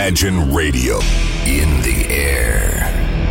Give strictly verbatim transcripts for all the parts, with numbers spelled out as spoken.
Imagine Radio in the air.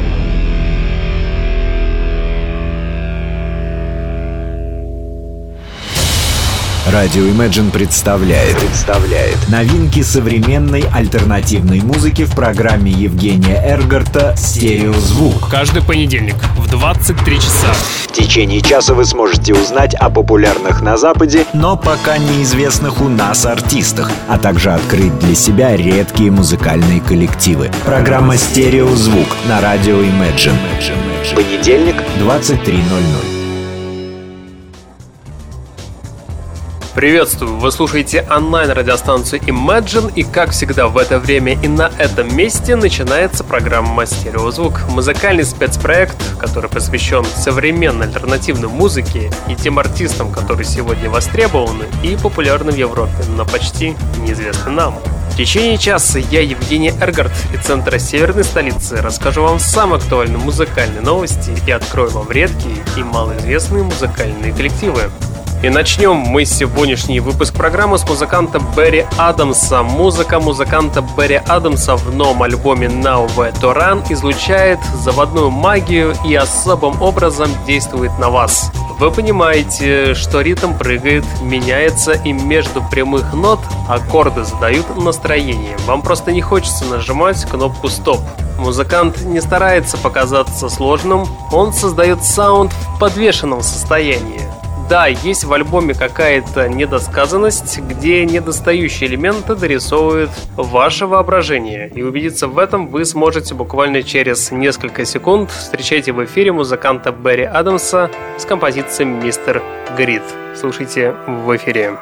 Радио Imagine представляет, представляет новинки современной альтернативной музыки в программе Евгения Эргарта «Стереозвук». Каждый понедельник в двадцать три часа. В течение часа вы сможете узнать о популярных на Западе, но пока неизвестных у нас артистах, а также открыть для себя редкие музыкальные коллективы. Программа «Стереозвук» на радио Imagine. Понедельник, двадцать три ноль ноль. Приветствую! Вы слушаете онлайн-радиостанцию Imagine, и, как всегда, в это время и на этом месте начинается программа «Стереозвук». Музыкальный спецпроект, который посвящен современной альтернативной музыке и тем артистам, которые сегодня востребованы и популярны в Европе, но почти неизвестны нам. В течение часа я, Евгений Эргарт, из центра северной столицы, расскажу вам самые актуальные музыкальные новости и открою вам редкие и малоизвестные музыкальные коллективы. И начнем мы сегодняшний выпуск программы с музыканта Берри Адамса. Музыка музыканта Берри Адамса в новом альбоме Nowhere to Run излучает заводную магию и особым образом действует на вас. Вы понимаете, что ритм прыгает, меняется, и между прямых нот аккорды задают настроение. Вам просто не хочется нажимать кнопку «Стоп». Музыкант не старается показаться сложным, он создает саунд в подвешенном состоянии. Да, есть в альбоме какая-то недосказанность, где недостающие элементы дорисовывают ваше воображение. И убедиться в этом вы сможете буквально через несколько секунд. Встречайте в эфире музыканта Берри Адамса с композицией «Мистер Грид». Слушайте в эфире.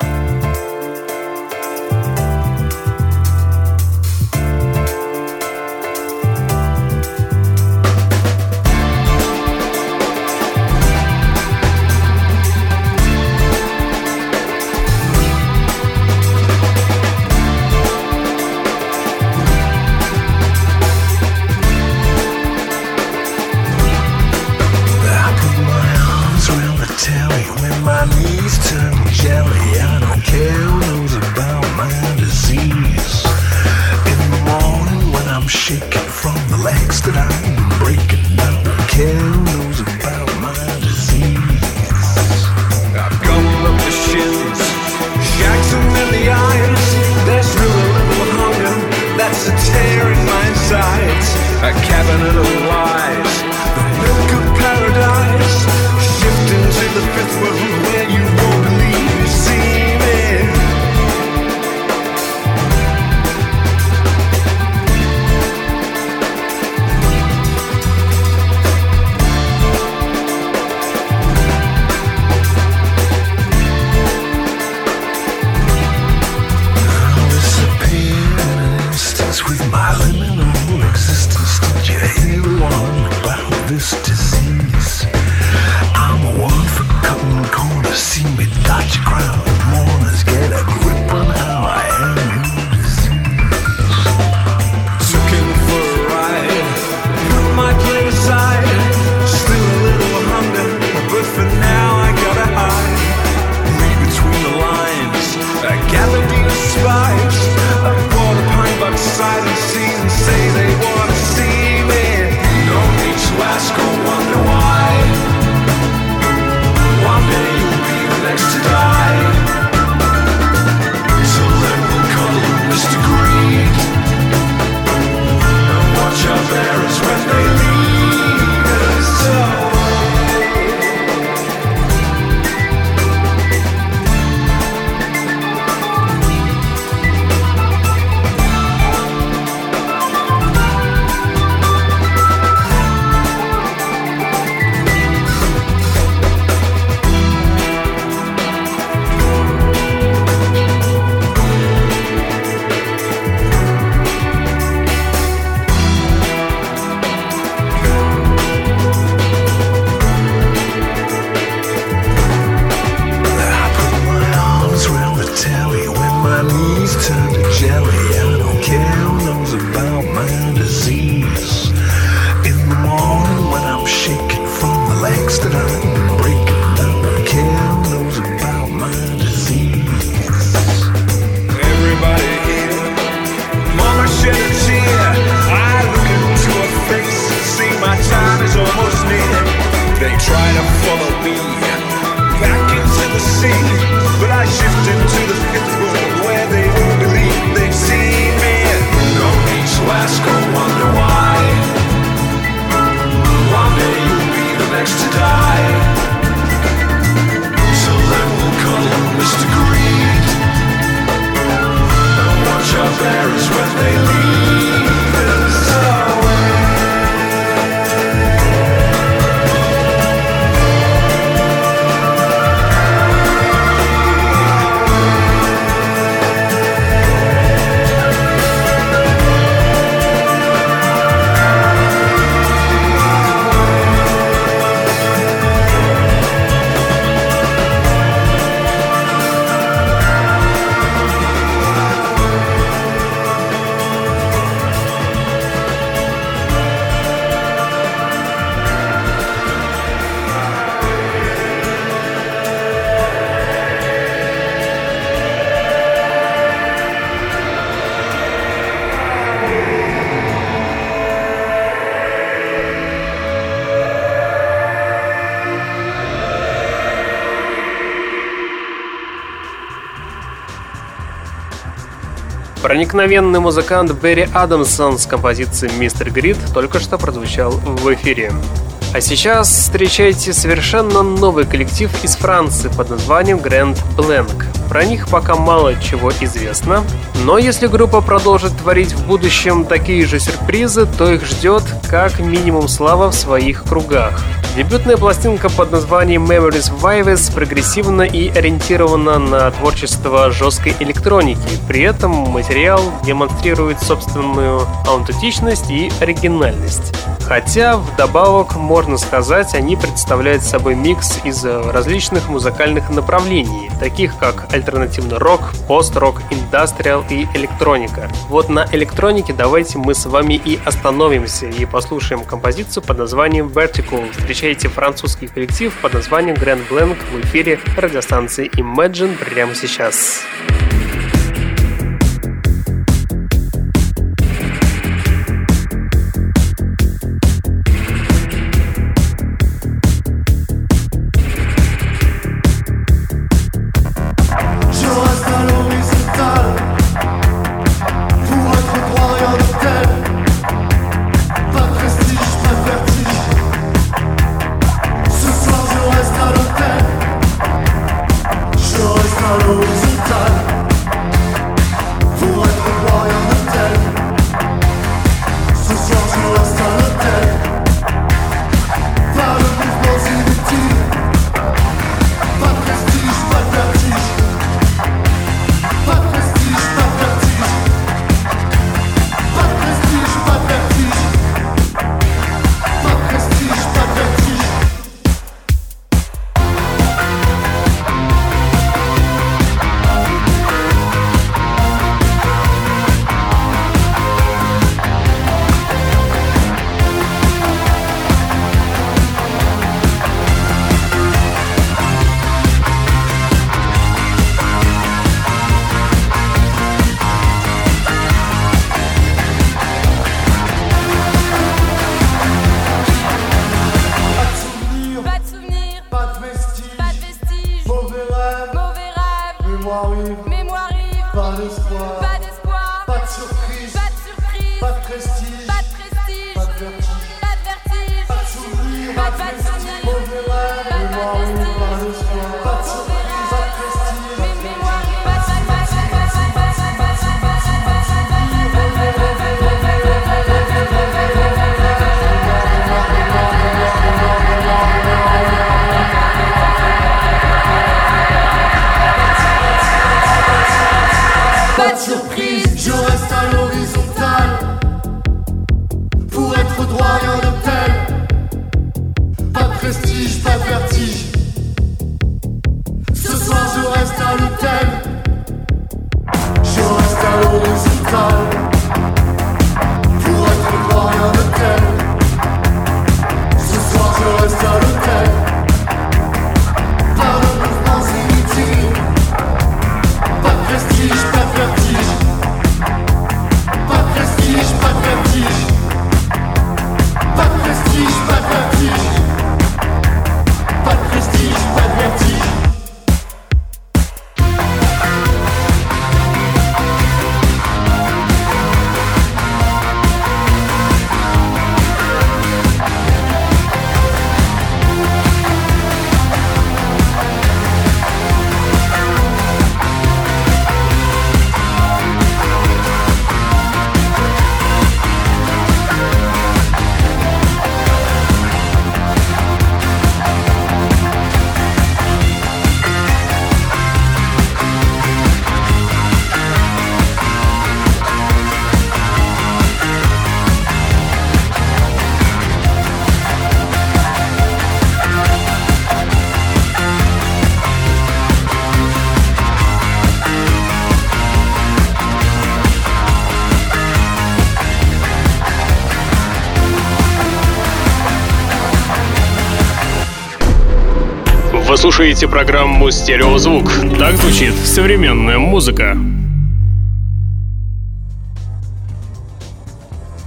Everybody here, mama shed a tear. Проникновенный музыкант Берри Адамсон с композицией «Мистер Грид» только что прозвучал в эфире. А сейчас встречайте совершенно новый коллектив из Франции под названием Grand Blanc. Про них пока мало чего известно, но если группа продолжит творить в будущем такие же сюрпризы, то их ждет как минимум слава в своих кругах. Дебютная пластинка под названием Memories Vives прогрессивна и ориентирована на творчество жесткой электроники. При этом материал демонстрирует собственную аутентичность и оригинальность. Хотя, вдобавок, можно сказать, они представляют собой микс из различных музыкальных направлений, таких как альтернативный рок, пост-рок, индастриал и электроника. Вот на электронике давайте мы с вами и остановимся и послушаем композицию под названием Vertical. Встречайте французский коллектив под названием Grand Blanc в эфире радиостанции Imagine прямо сейчас. Вы слушаете программу «Стереозвук». Так звучит современная музыка.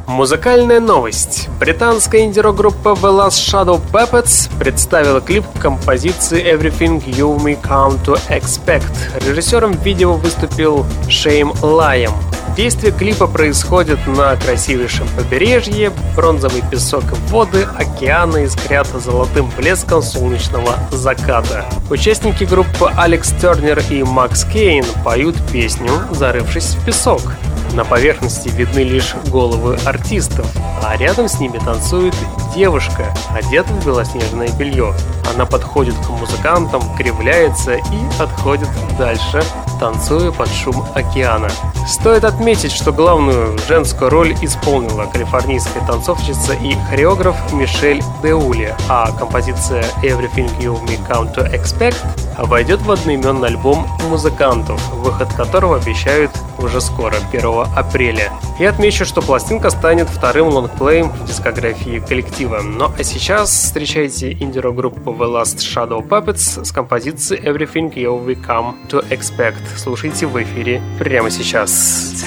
Музыкальная новость. Британская инди-рок-группа The Last Shadow Puppets представила клип к композиции Everything You May Come to Expect. Режиссером видео выступил Шейм Лайем. Действие клипа происходит на красивейшем побережье, бронзовый песок и воды океана искрят золотым блеском солнечного заката. Участники группы Алекс Тернер и Макс Кейн поют песню, зарывшись в песок. На поверхности видны лишь головы артистов, а рядом с ними танцует девушка, одета в белоснежное белье. Она подходит к музыкантам, кривляется и отходит дальше, танцуя под шум океана. Стоит отметить, что главную женскую роль исполнила калифорнийская танцовщица и хореограф Мишель Деули, а композиция Everything You May Come to Expect войдет в одноименный альбом музыкантов, выход которого обещают уже скоро, первого апреля. И отмечу, что пластинка станет вторым лонгплеем в дискографии коллектива. Ну а сейчас встречайте инди-рок-группу The Last Shadow Puppets с композицией Everything You Will Come to Expect. Слушайте в эфире прямо сейчас.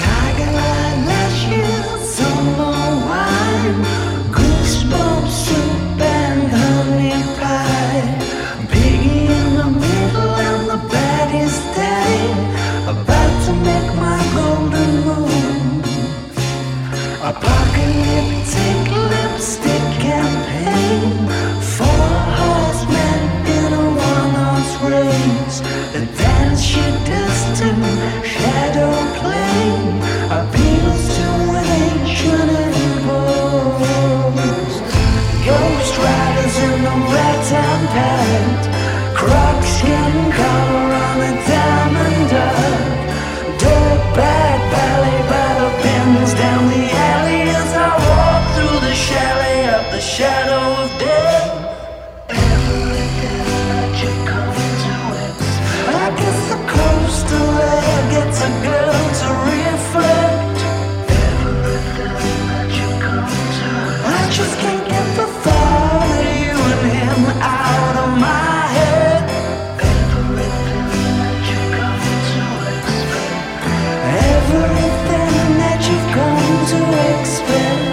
Apocalyptic lipstick campaign for a horseman in a one-horse race. The dance she does to shadow play appeals to an ancient impulse. Ghost riders in the rat-tan pad, croc skin collar on a diamond dog, dirtbag ballet by the pins down the alley as I walk through the chalet of the shadow of death. Everything that you come to expect, I guess the coastal air gets a girl to reflect. Everything that you come to expect, I just can't get the thought of you and him out of my head. Everything that you come to expect, everything that you've come to expect.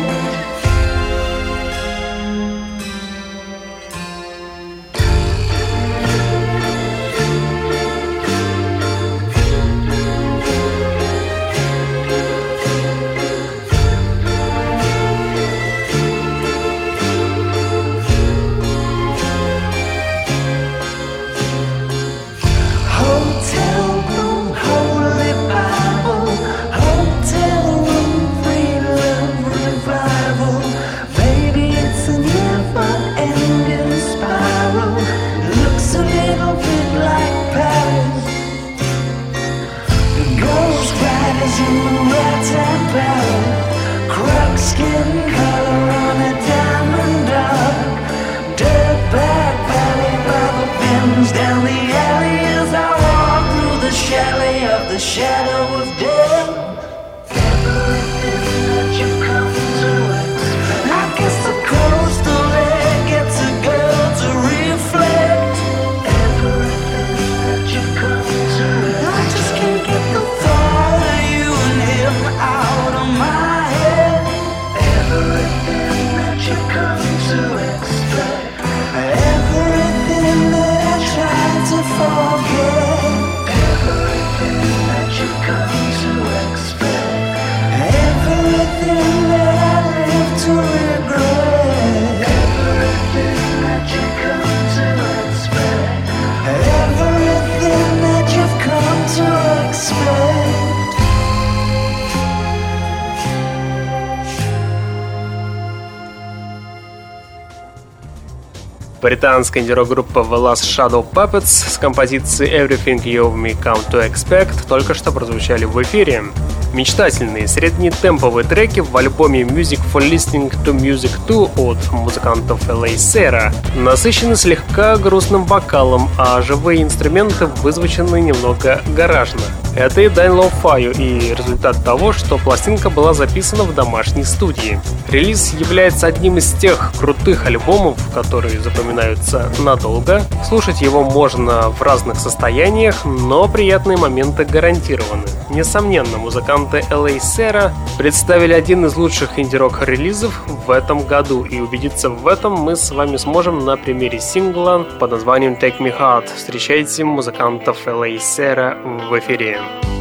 Hotel room, holy Bible, hotel room, free love revival. Baby, it's a never-ending spiral. Looks a little bit like Paris. The ghost riders in the rat-tan ballet, croc skin color on a diamond dog, dirtbag ballet by the pins down the alley as I walk through the chalet of the shadow of death. Everything that you come to expect, I guess the coastal air gets a girl to reflect. Everything that you come to expect, I just can't get the thought of you and him out of my head. Everything that you come to expect, everything that I tried to forget. Everything that you come to expect, everything that I live to regret. Everything that you come to expect, everything that you've come to expect. Британская инди-рок-группа The Last Shadow Puppets с композицией Everything You May Come to Expect только что прозвучали в эфире. Мечтательные среднетемповые треки в альбоме Music for Listening to Music два от музыкантов эл эй Sera насыщены слегка грустным вокалом, а живые инструменты вызвучены немного гаражно. Это и дань лоу-фаю, и результат того, что пластинка была записана в домашней студии. Релиз является одним из тех крутых альбомов, которые запоминаются надолго. Слушать его можно в разных состояниях, но приятные моменты гарантированы. Несомненно, музыканты музыканты эл эй Sera представили один из лучших инди-рок релизов в этом году, и убедиться в этом мы с вами сможем на примере сингла под названием Take Me Hard. Встречайте музыкантов эл эй Sera в эфире.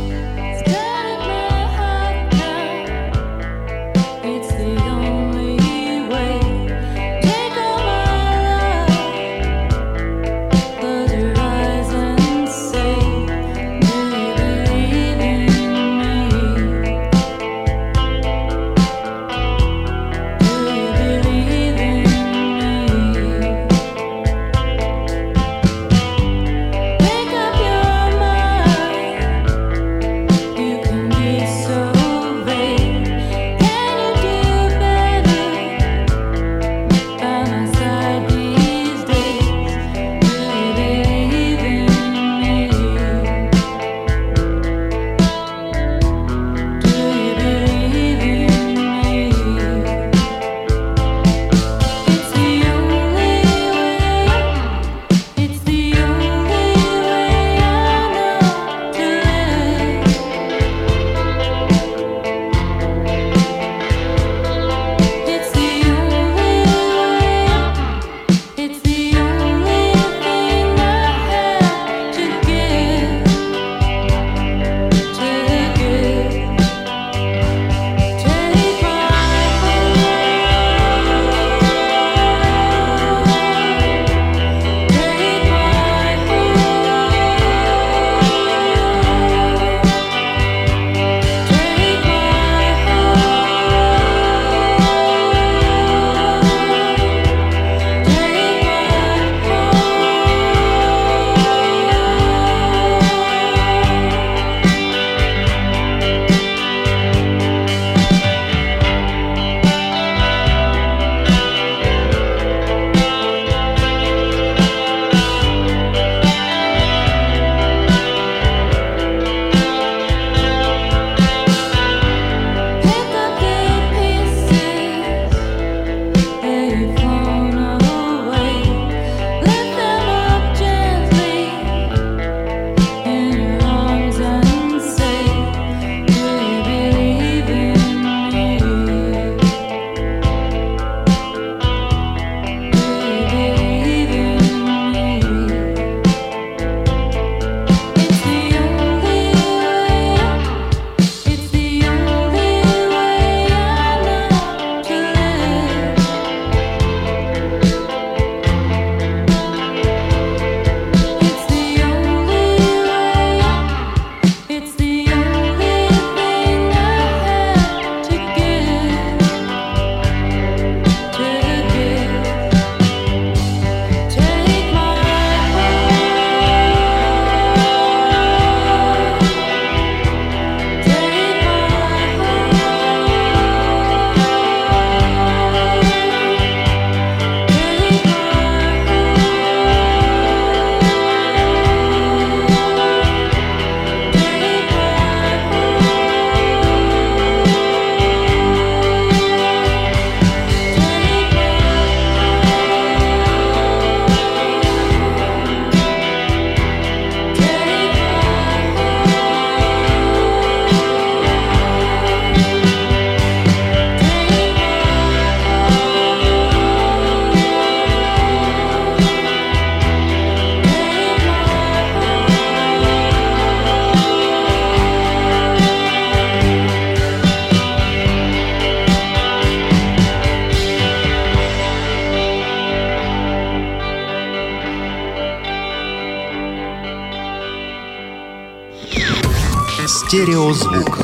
Стереозвук.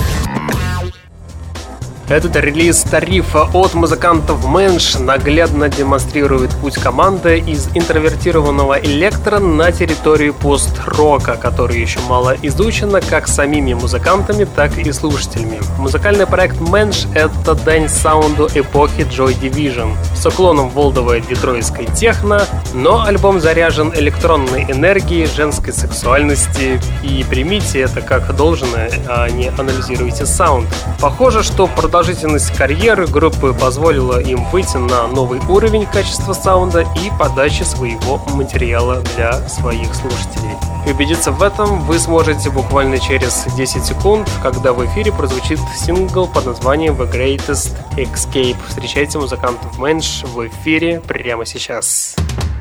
Этот релиз тарифа от музыкантов Мэнш наглядно демонстрирует путь команды из интровертированного электро на территорию пост-рока, которая еще мало изучена как самими музыкантами, так и слушателями. Музыкальный проект Мэнш — это дань саунду эпохи Joy Division с уклоном в олдовой детройтской техно, но альбом заряжен электронной энергией, женской сексуальности, и примите это как должное, а не анализируйте саунд. Похоже, что продолжение продолжительность карьеры группы позволила им выйти на новый уровень качества саунда и подачи своего материала для своих слушателей. И убедиться в этом вы сможете буквально через десять секунд, когда в эфире прозвучит сингл под названием The Greatest Escape. Встречайте музыкантов Mensch в эфире прямо сейчас.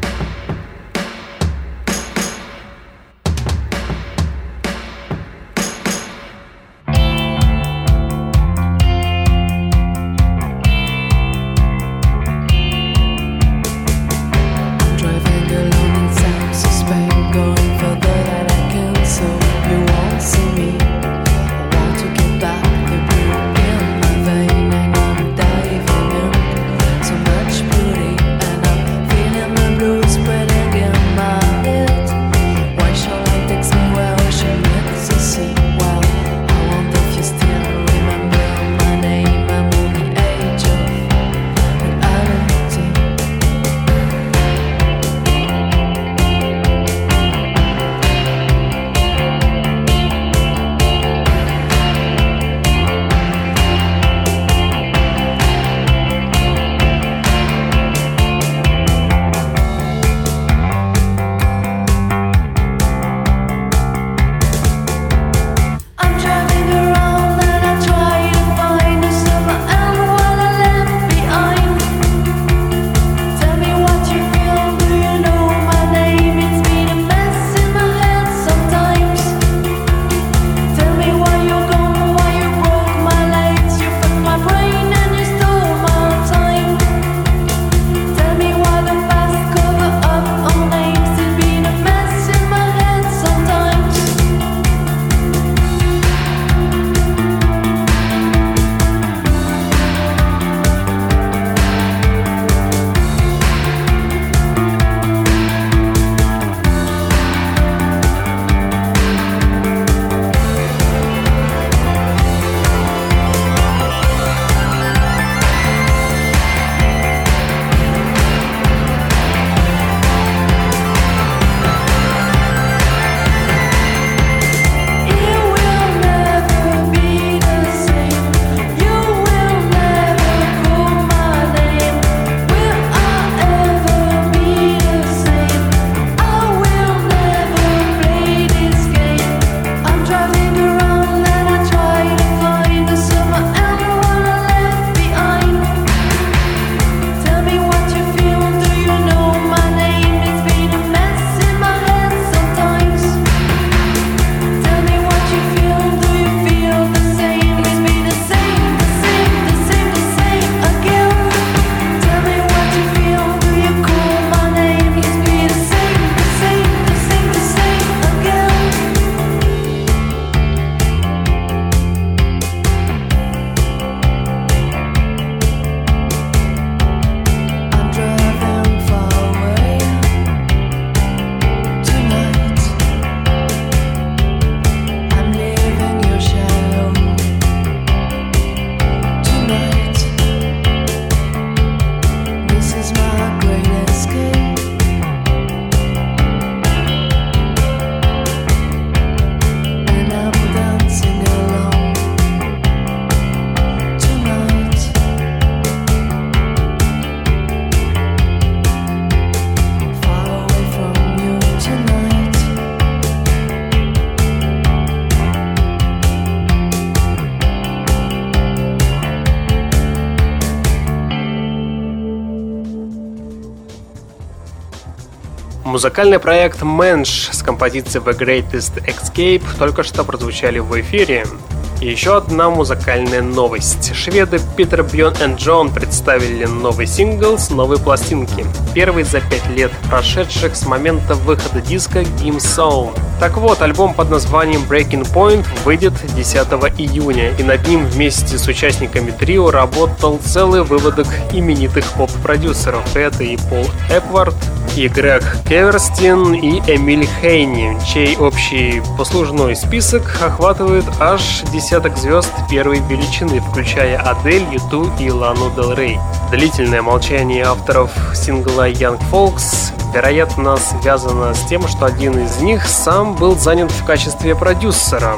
Музыкальный проект Mensch с композицией The Greatest Escape только что прозвучали в эфире. И еще одна музыкальная новость. Шведы Питер Бьон и Джон представили новый сингл с новой пластинки. Первый за пять лет, прошедших с момента выхода диска Game Zone. Так вот, альбом под названием Breaking Point выйдет десятого июня, и над ним вместе с участниками трио работал целый выводок именитых поп-продюсеров. Это и Пол Эпвард, и Грег Кеверстин, и Эмиль Хейни, чей общий послужной список охватывает аж десяток звезд первой величины, включая Адель, Юту и Лану Дель Рей. Длительное молчание авторов сингла Young Folks, вероятно, связано с тем, что один из них сам был занят в качестве продюсера.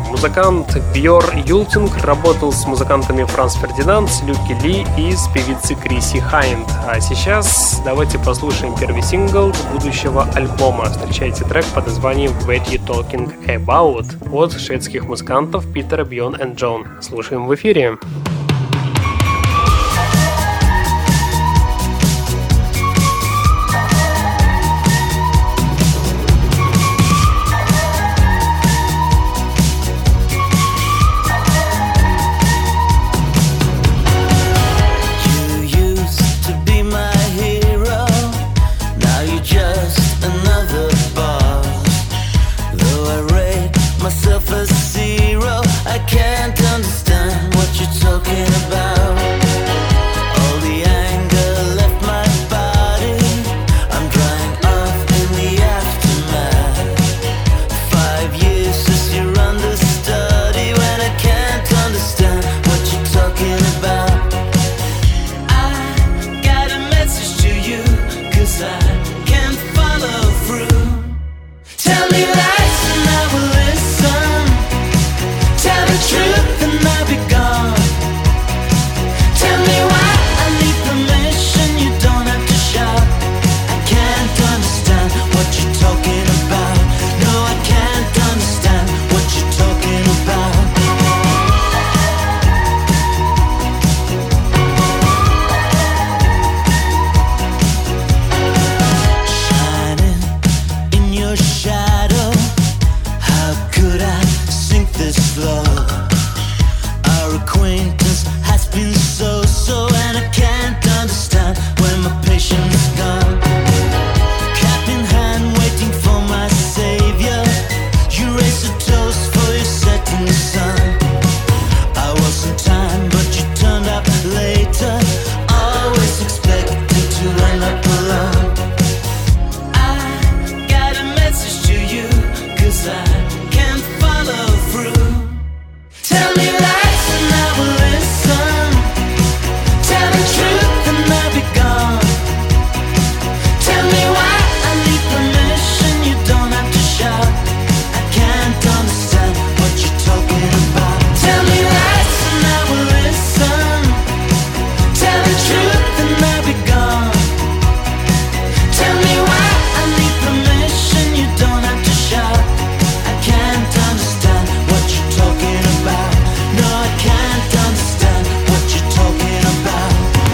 Музыкант Бьор Юлтинг работал с музыкантами Франц Фердинанд, Люки Ли и с певицей Криси Хайнд. А сейчас давайте послушаем первый сингл будущего альбома. Встречайте трек под названием What You Talking About от шведских музыкантов Питера, Бьон и Джон. Слушаем в эфире. Myself a zero, I can't understand what you're talking about. All the anger left my body, I'm drying off in the aftermath. Five years since you're understudy when I can't understand what you're talking about. I got a message to you, cause I can't follow through. Tell me lies and I will listen. Tell the truth and I'll be gone. Tell me why I need permission, you don't have to shout. I can't understand what you're talking about. No, I can't understand what you're talking about. Shining in your shadow, how could I sink this low? Our acquaintance has been so-so, and I can't understand when my patience is gone. Cap in hand, waiting for my savior. You raise a toast for your setting sun. I was on time, but you turned up later. Always expected to end up alone. I got a message to you, cause I can't follow through. Tell me lies and I will listen. Tell the truth and I'll be gone. Tell me why I need permission, you don't have to shout. I can't understand what you're talking about. Tell me lies and I will listen. Tell the truth and I'll be gone. Tell me why I need permission, you don't have to shout. I can't understand what you're talking about. No, I can't understand what you're talking about.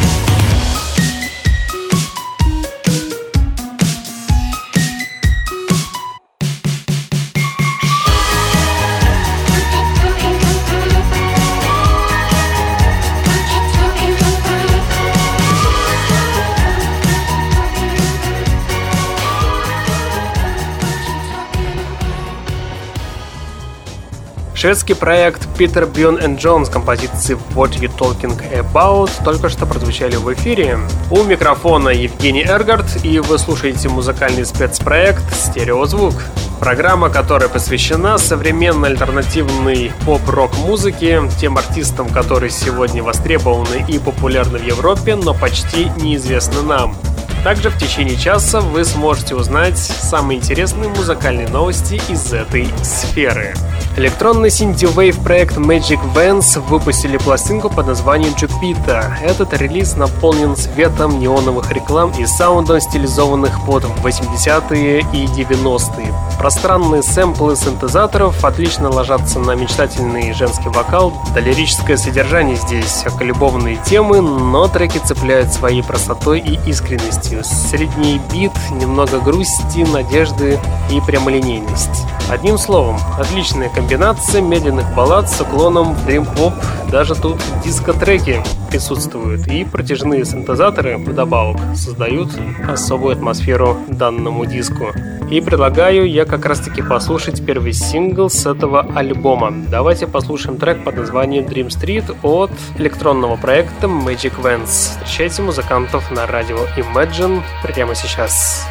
Шведский проект Питер, Бьон и Джон с композицией What You Talking About только что прозвучали в эфире. У микрофона Евгений Эргард, и вы слушаете музыкальный спецпроект «Стереозвук». Программа, которая посвящена современной альтернативной поп-рок музыке, тем артистам, которые сегодня востребованы и популярны в Европе, но почти неизвестны нам. Также в течение часа вы сможете узнать самые интересные музыкальные новости из этой сферы. Электронный синти-вейв проект Magic Vans выпустили пластинку под названием Jupiter. Этот релиз наполнен светом неоновых реклам и саундом, стилизованных под восьмидесятые и девяностые. Пространные сэмплы синтезаторов отлично ложатся на мечтательный женский вокал. Да лирическое содержание здесь, любовные темы, но треки цепляют своей простотой и искренностью. Средний бит, немного грусти, надежды и прямолинейность. Одним словом, отличная комбинация медленных баллад с уклоном в дрим-поп. Даже тут диско-треки присутствуют, и протяжные синтезаторы вдобавок создают особую атмосферу данному диску. И предлагаю я как раз таки послушать первый сингл с этого альбома. Давайте послушаем трек под названием Dream Street от электронного проекта Magic Vans. Встречайте музыкантов на радио Imagine прямо сейчас.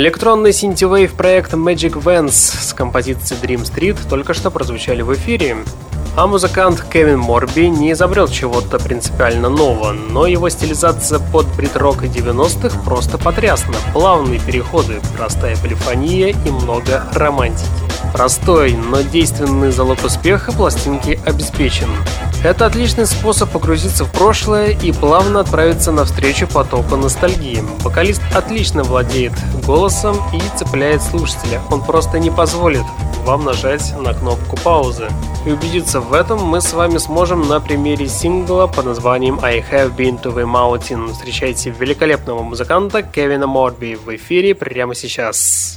Электронный синтивейв проект Magic Vans с композицией Dream Street только что прозвучали в эфире. А музыкант Кевин Морби не изобрел чего-то принципиально нового, но его стилизация под брит-рок девяностых просто потрясна. Плавные переходы, простая полифония и много романтики. Простой, но действенный залог успеха пластинки обеспечен. Это отличный способ погрузиться в прошлое и плавно отправиться навстречу потоку ностальгии. Вокалист отлично владеет голосом и цепляет слушателя. Он просто не позволит вам нажать на кнопку паузы. И убедиться в этом мы с вами сможем на примере сингла под названием I Have Been to the Mountain. Встречайте великолепного музыканта Кевина Морби в эфире прямо сейчас.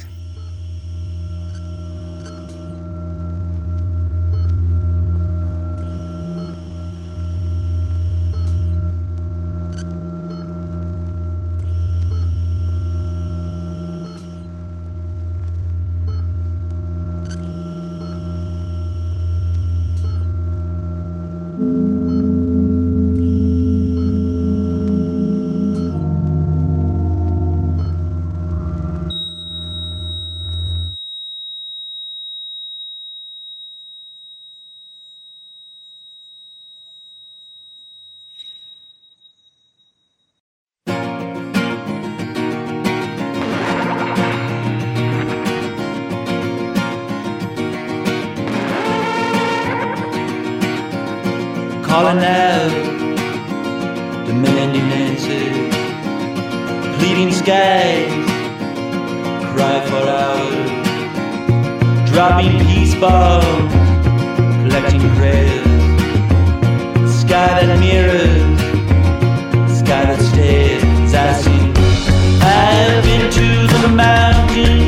Calling out, demanding answers, pleading skies, cry for hours, dropping peace bombs, collecting prayers, sky that mirrors, sky that stares, as I sing. I've been to the mountain,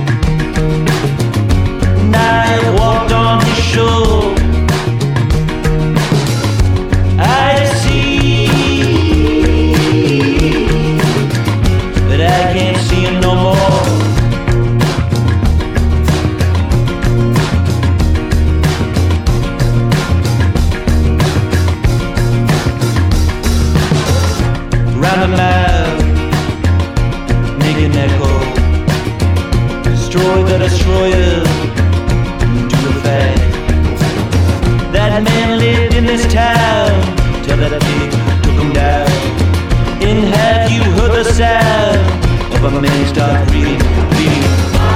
and I walked on the shore. I see, but I can't see him no more. Round the mile, make an echo, destroy the destroyers, do the fast. That man lived in this town till that pig took him down. And have you heard the sound of a man start breathing, breathing?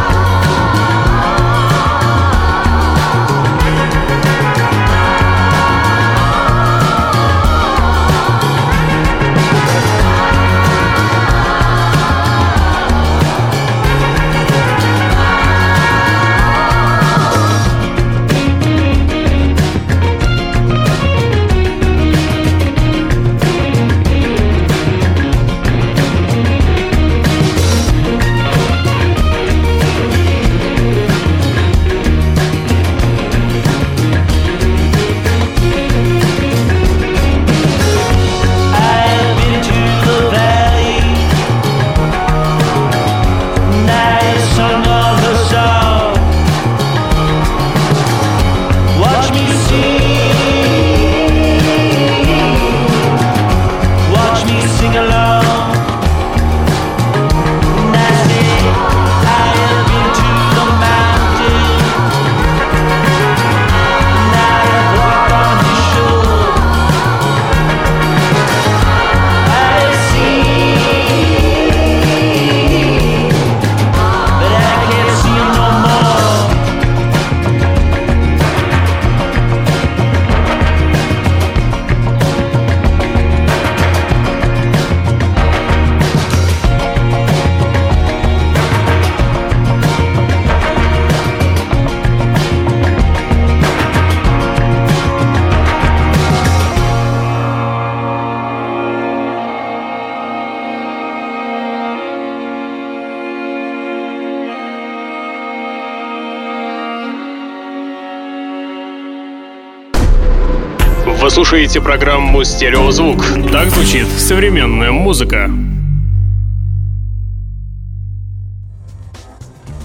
Вы слушаете программу «Стереозвук». Так звучит современная музыка.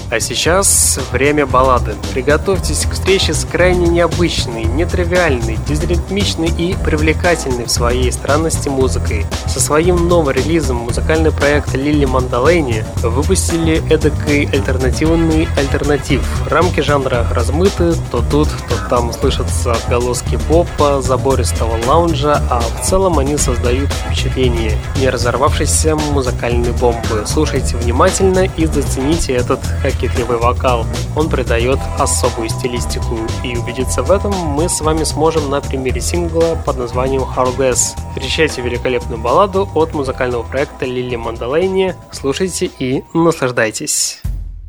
А сейчас время баллады. Приготовьтесь к встрече с крайне необычной, нетривиальной, безритмичной и привлекательной в своей странности музыкой. Со своим новым релизом музыкальный проект Lily Mandalay выпустили эдакий альтернативный альтернатив. Рамки жанра размыты, то тут, то там слышатся отголоски попа, забористого лаунжа, а в целом они создают впечатление не разорвавшейся музыкальной бомбы. Слушайте внимательно и зацените этот кокетливый вокал. Он придает особую стилистику, и убедиться в этом мы с вами сможем на примере сингла под названием Hourglass. Встречайте великолепную балладу от музыкального проекта Lily Mandalay. Слушайте и наслаждайтесь.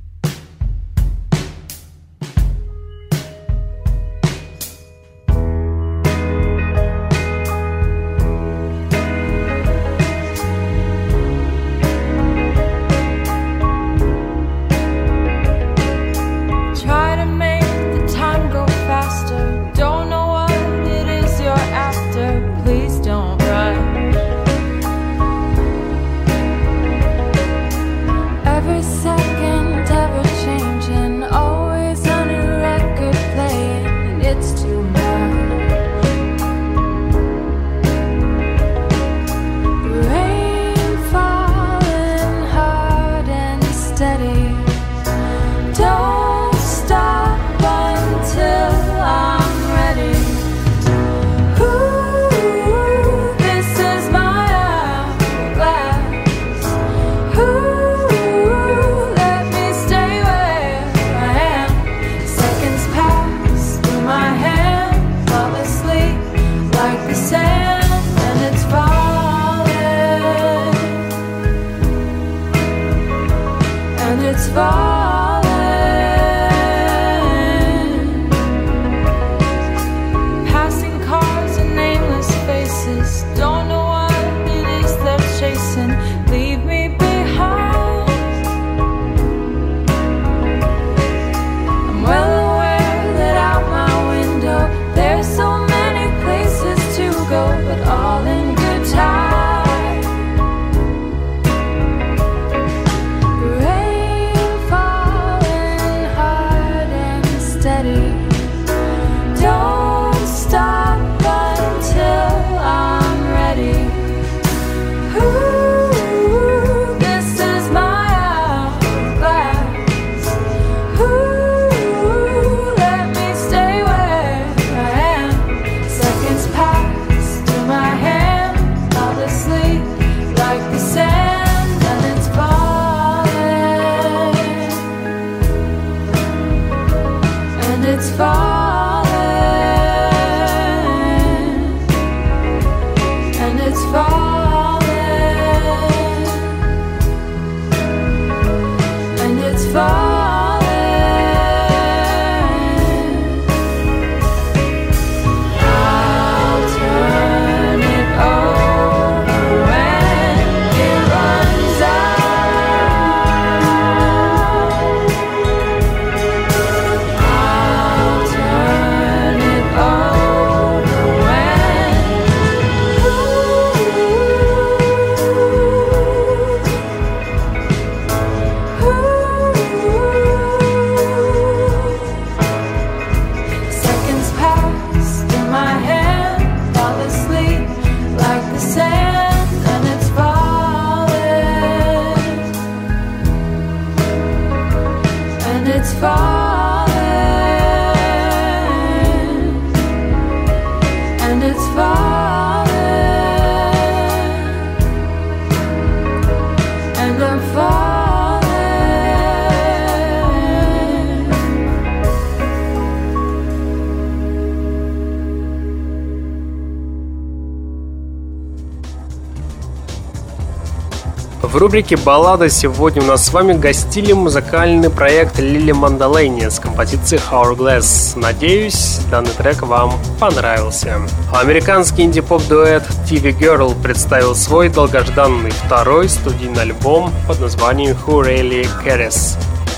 В рубрике «Баллада» сегодня у нас с вами гостили музыкальный проект Lily Mandalay с композицией Hourglass. Надеюсь, данный трек вам понравился. Американский инди-поп-дуэт ти ви Girl представил свой долгожданный второй студийный альбом под названием Who Really Cares.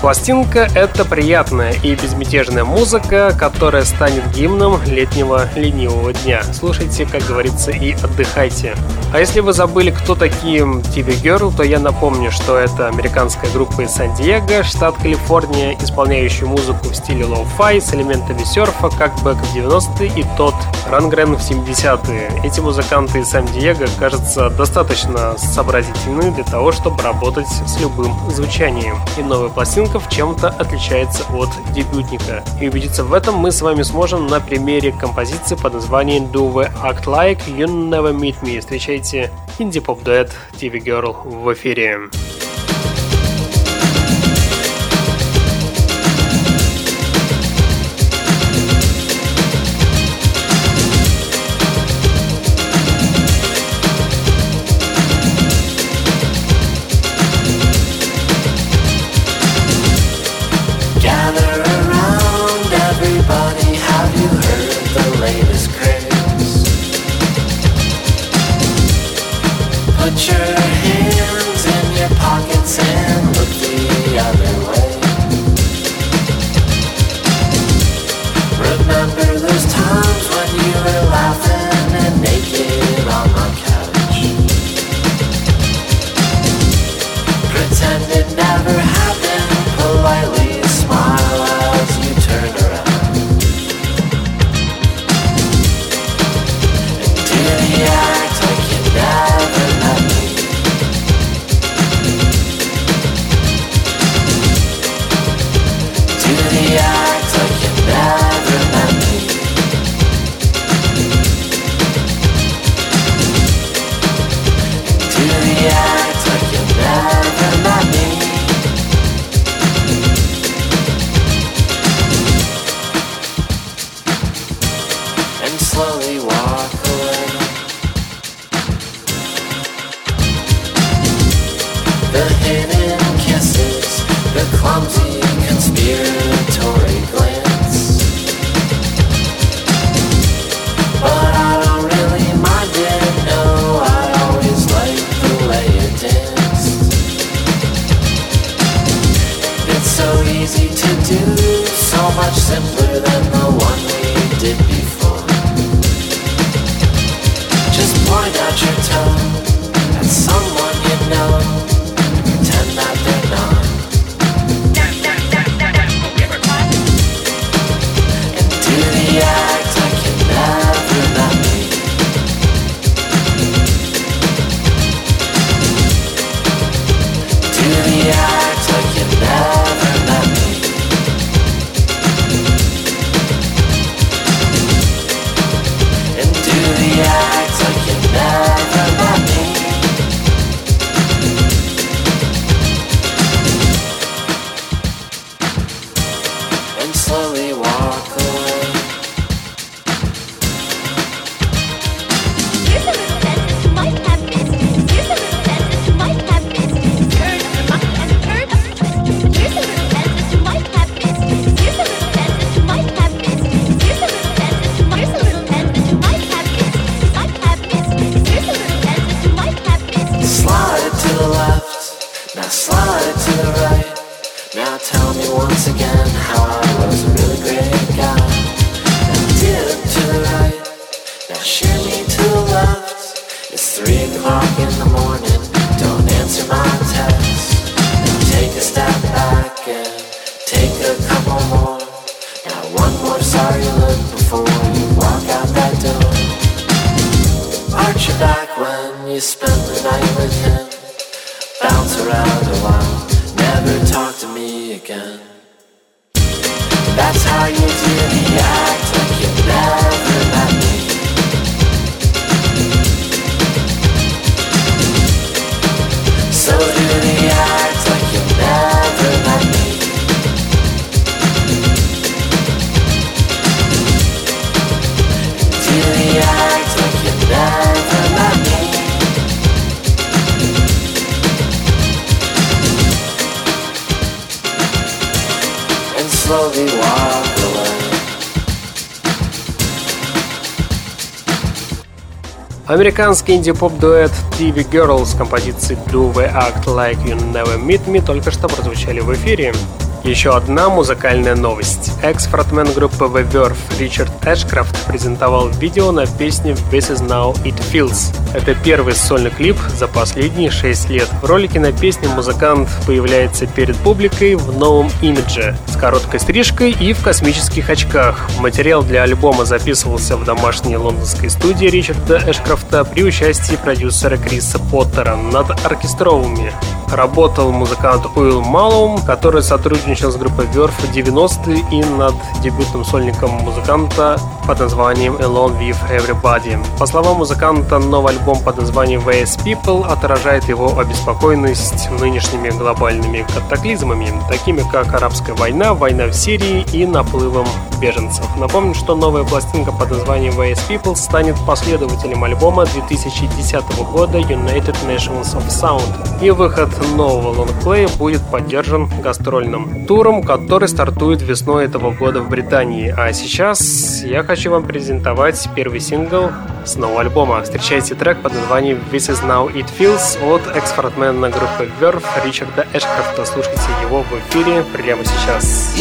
Пластинка — это приятная и безмятежная музыка, которая станет гимном летнего ленивого дня. Слушайте, как говорится, и отдыхайте. А если вы забыли, кто такие ти ви Girl, то я напомню, что это американская группа из Сан-Диего, штат Калифорния, исполняющая музыку в стиле лоу-фай с элементами серфа, как Бэк в девяностые и тот Рангрен в семидесятые. Эти музыканты из Сан-Диего, кажется, достаточно сообразительны для того, чтобы работать с любым звучанием. И новая пластинка в чем-то отличается от дебютника. И убедиться в этом мы с вами сможем на примере композиции под названием Do We Act Like You Never Meet Me. Встречайте инди-поп-дуэт ти ви Girl в эфире. Put your hands in your pockets and look the other way. Remember those times when you were laughing and naked on my couch. Pretend it never happened, politely smile as you turn around. And do the act like you never met me. Do the act like you never met me. Do the act like you never met me. And slowly walk away. The hidden kisses, the clumsy conspiratory glance. But I don't really mind it, no, I always like the way you danced. It's so easy to do, so much simpler than the one we did before. Just point out your toe at someone you know, pretend that they're not. And do the act like you never met me. Do the act like you never met me. And do the act like you never met me. And slowly walk away. Here's a little dentist who might have business. Here's a little dentist who might have business. Turn of the bucket and a turn of the twist. Here's a little dentist who might have business. Here's a little dentist who might have business. Here's a little dentist who might. Here's a little dentist who might have business. Might have business. Here's a little dentist who might have business. Slide to the left, now slide to the right. Now tell me once again how I was a really great guy. Now dip to the right, now shimmy to the left. It's three o'clock in the morning, don't answer my text. Now take a step back and take a couple more. Now one more sorry look before you walk out that door. Arch your back when you spend the night with him. Bounce around a while, never talk to me again. That's how you do the act like you never met me. So do the act like you never met me. Do the act like you never met me. And slowly walk away. Американский инди-поп-дуэт ти ви Girl с композицией Do We Act Like You Never Meet Me только что прозвучали в эфире. Еще одна музыкальная новость. Экс-фронтмен группы The Verve Ричард Эшкрафт презентовал видео на песню This Is How It Feels. Это первый сольный клип за последние шесть лет. В ролике на песню музыкант появляется перед публикой в новом имидже, с короткой стрижкой и в космических очках. Материал для альбома записывался в домашней лондонской студии Ричарда Эшкрафта при участии продюсера Криса Поттера над оркестровыми. Работал музыкант Уилл Маллоум, который сотрудничал с группой Verve в девяностые, и над дебютным сольником музыканта под названием Alone With Everybody. По словам музыканта, новый альбом под названием Wise People отражает его обеспокоенность нынешними глобальными катаклизмами, такими как арабская война, война в Сирии и наплывом беженцев. Напомню, что новая пластинка под названием Wise People станет последователем альбома две тысячи десятого года United Nations of Sound, и выход нового лонгплея будет поддержан гастрольным туром, который стартует весной этого года в Британии. А сейчас я хочу вам презентовать первый сингл с нового альбома. Встречайте трек под названием This Is How It Feels от экс-фронтмена группы Verve Ричарда Эшкрафта. Слушайте его в эфире прямо сейчас.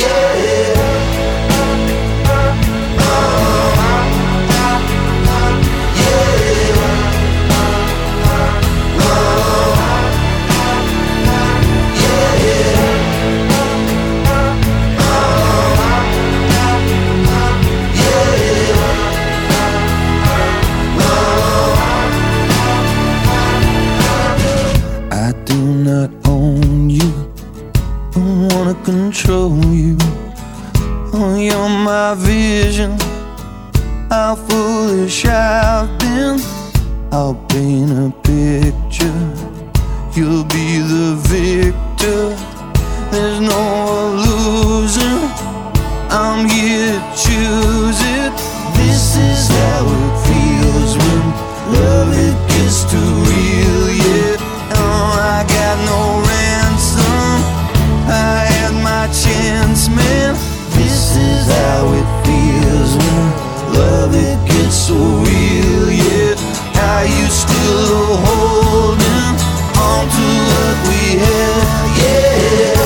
Control you. Oh, you're my vision. How foolish I've been. I'll paint a picture. You'll be the victor. There's no illusion. I'm here to choose it. This is how it feels when love it gets too real. Yeah. Oh, I got no ransom. I had my chance, man. This is how it feels when love it gets so real, yeah. Are you still holding on to what we had, yeah.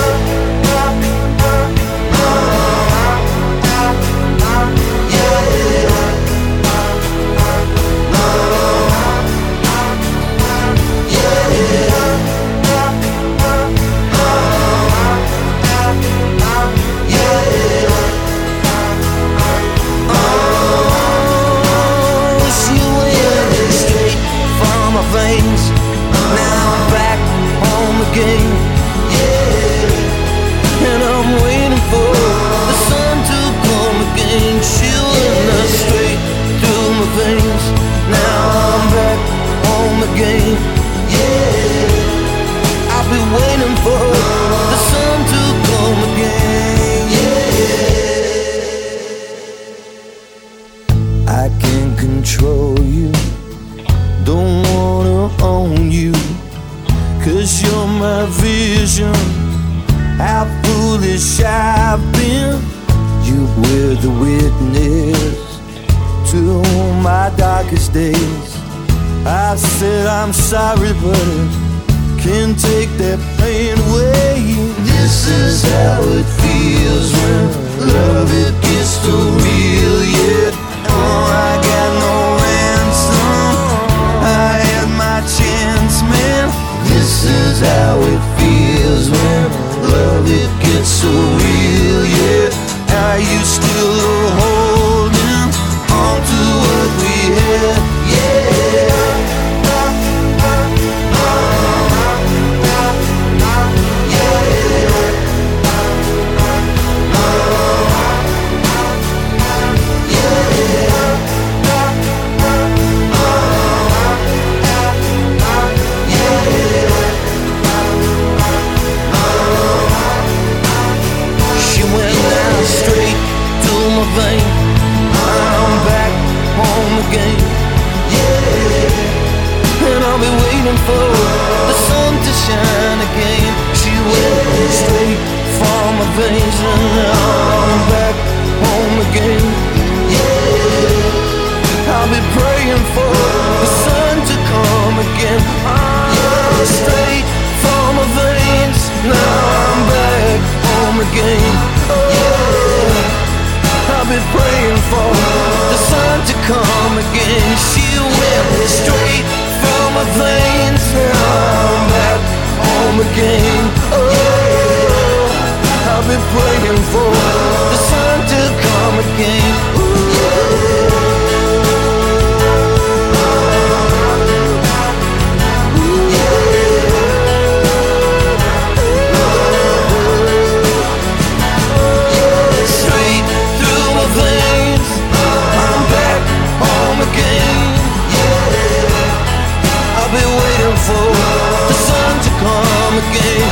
I'm sorry, but I can't take that pain away. This is how it feels when love it gets too real, yeah. Oh, I got no ransom. I had my chance, man. This is how it feels when love it gets so real, yeah. Are you still holding on to what we had, yeah. Again, yeah, and I'll be waiting for the sun to shine again. She went straight from my veins, and now I'm back home again. Yeah, I'll be praying for the sun to come again. Yeah, straight from my veins, now I'm back home again. again. Oh, I've been praying for the sun to come again. Straight through my veins, I'm back home again. I've been waiting for the sun to come again.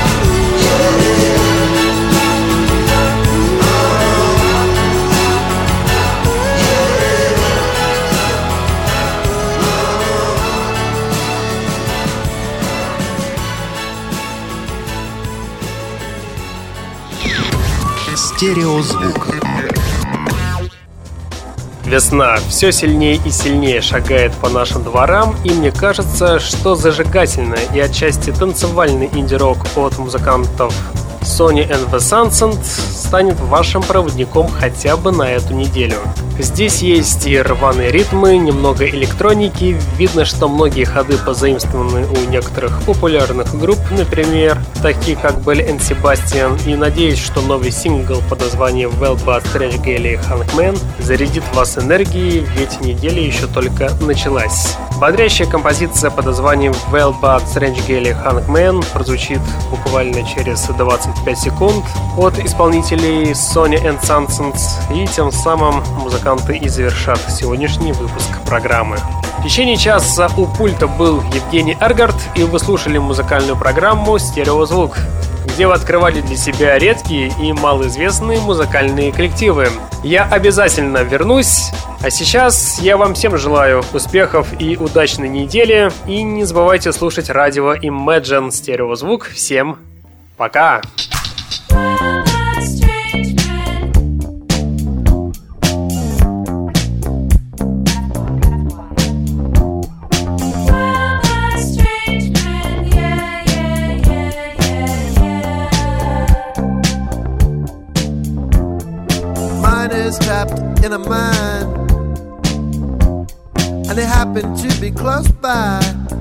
Стереозвук. Весна все сильнее и сильнее шагает по нашим дворам, и мне кажется, что зажигательный и отчасти танцевальный инди-рок от музыкантов Sony and the Sunset станет вашим проводником хотя бы на эту неделю. Здесь есть и рваные ритмы, немного электроники, видно, что многие ходы позаимствованы у некоторых популярных групп, например, такие как Belle and Sebastian, и надеюсь, что новый сингл под названием Well But Strange Gally Hangman зарядит вас энергией, ведь неделя еще только началась. Бодрящая композиция под названием Well But Strange Gally Hangman прозвучит буквально через двадцать пять секунд от исполнителей Sony and Sunset, и тем самым музыканты и завершат сегодняшний выпуск программы. В течение часа у пульта был Евгений Эргард, и вы слушали музыкальную программу «Стереозвук», где вы открывали для себя редкие и малоизвестные музыкальные коллективы. Я обязательно вернусь, а сейчас я вам всем желаю успехов и удачной недели, и не забывайте слушать радио Imagine «Стереозвук». Всем пока! Trapped in a mine, and it happened to be close by,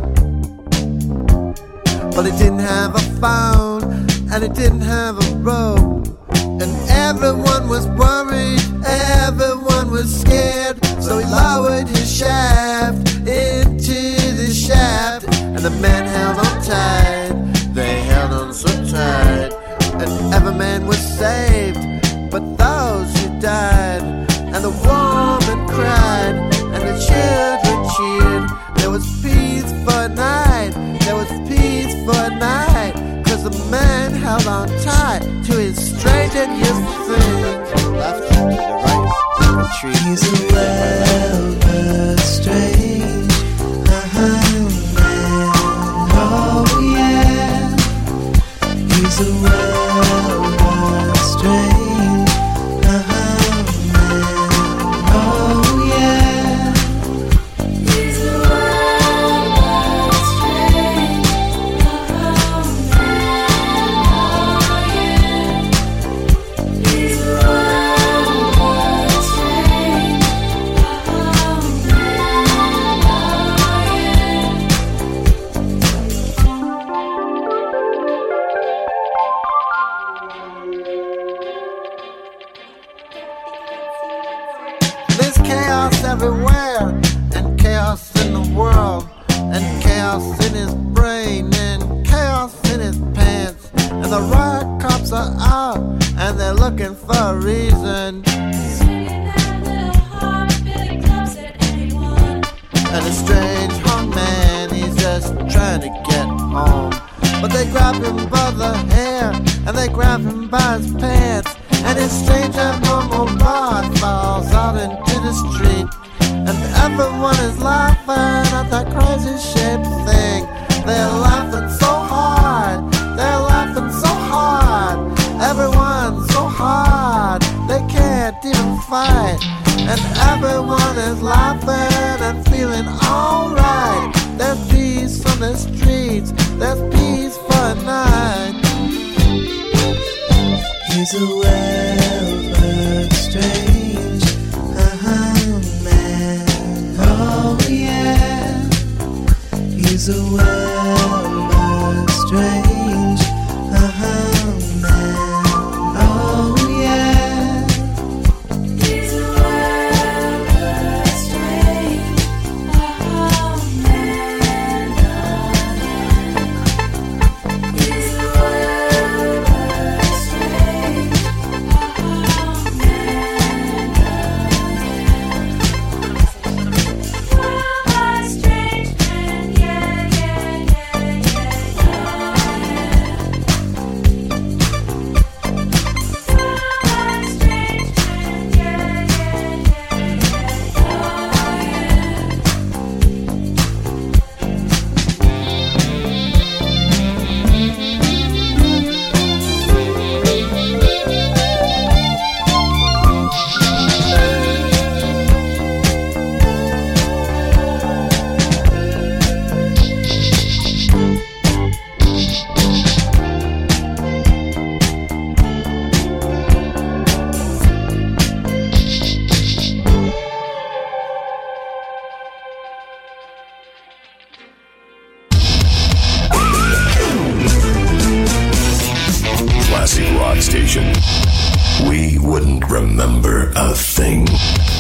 but it didn't have a phone, and it didn't have a rope, and everyone was worried, everyone was scared, so he lowered his shaft into the shaft, and the men held on tight, they held on so tight, and every man was saved, but those who died, and the woman cried, and the children cheered. There was peace for a night, there was peace for a night, cause the man held on tight to his strange and useful thing. Left to the right, the tree. He's a well but strange, uh-huh, man, oh yeah. He's a well but strange. Everywhere, and chaos in the world, and chaos in his brain, and chaos in his pants, and the riot cops are out, and they're looking for a reason, and a strange hung man, he's just trying to get home, but they grab him by the hair, and they grab him by his pants, and his strange abnormal rod falls out into the street. And everyone is laughing at that crazy shaped thing. They're laughing so hard, they're laughing so hard. Everyone's so hard, they can't even fight. And everyone is laughing and feeling alright. There's peace on the streets, there's peace for a night. He's a well but strange, uh-huh, man, oh yeah. He's a well but strange, classic rock station, we wouldn't remember a thing.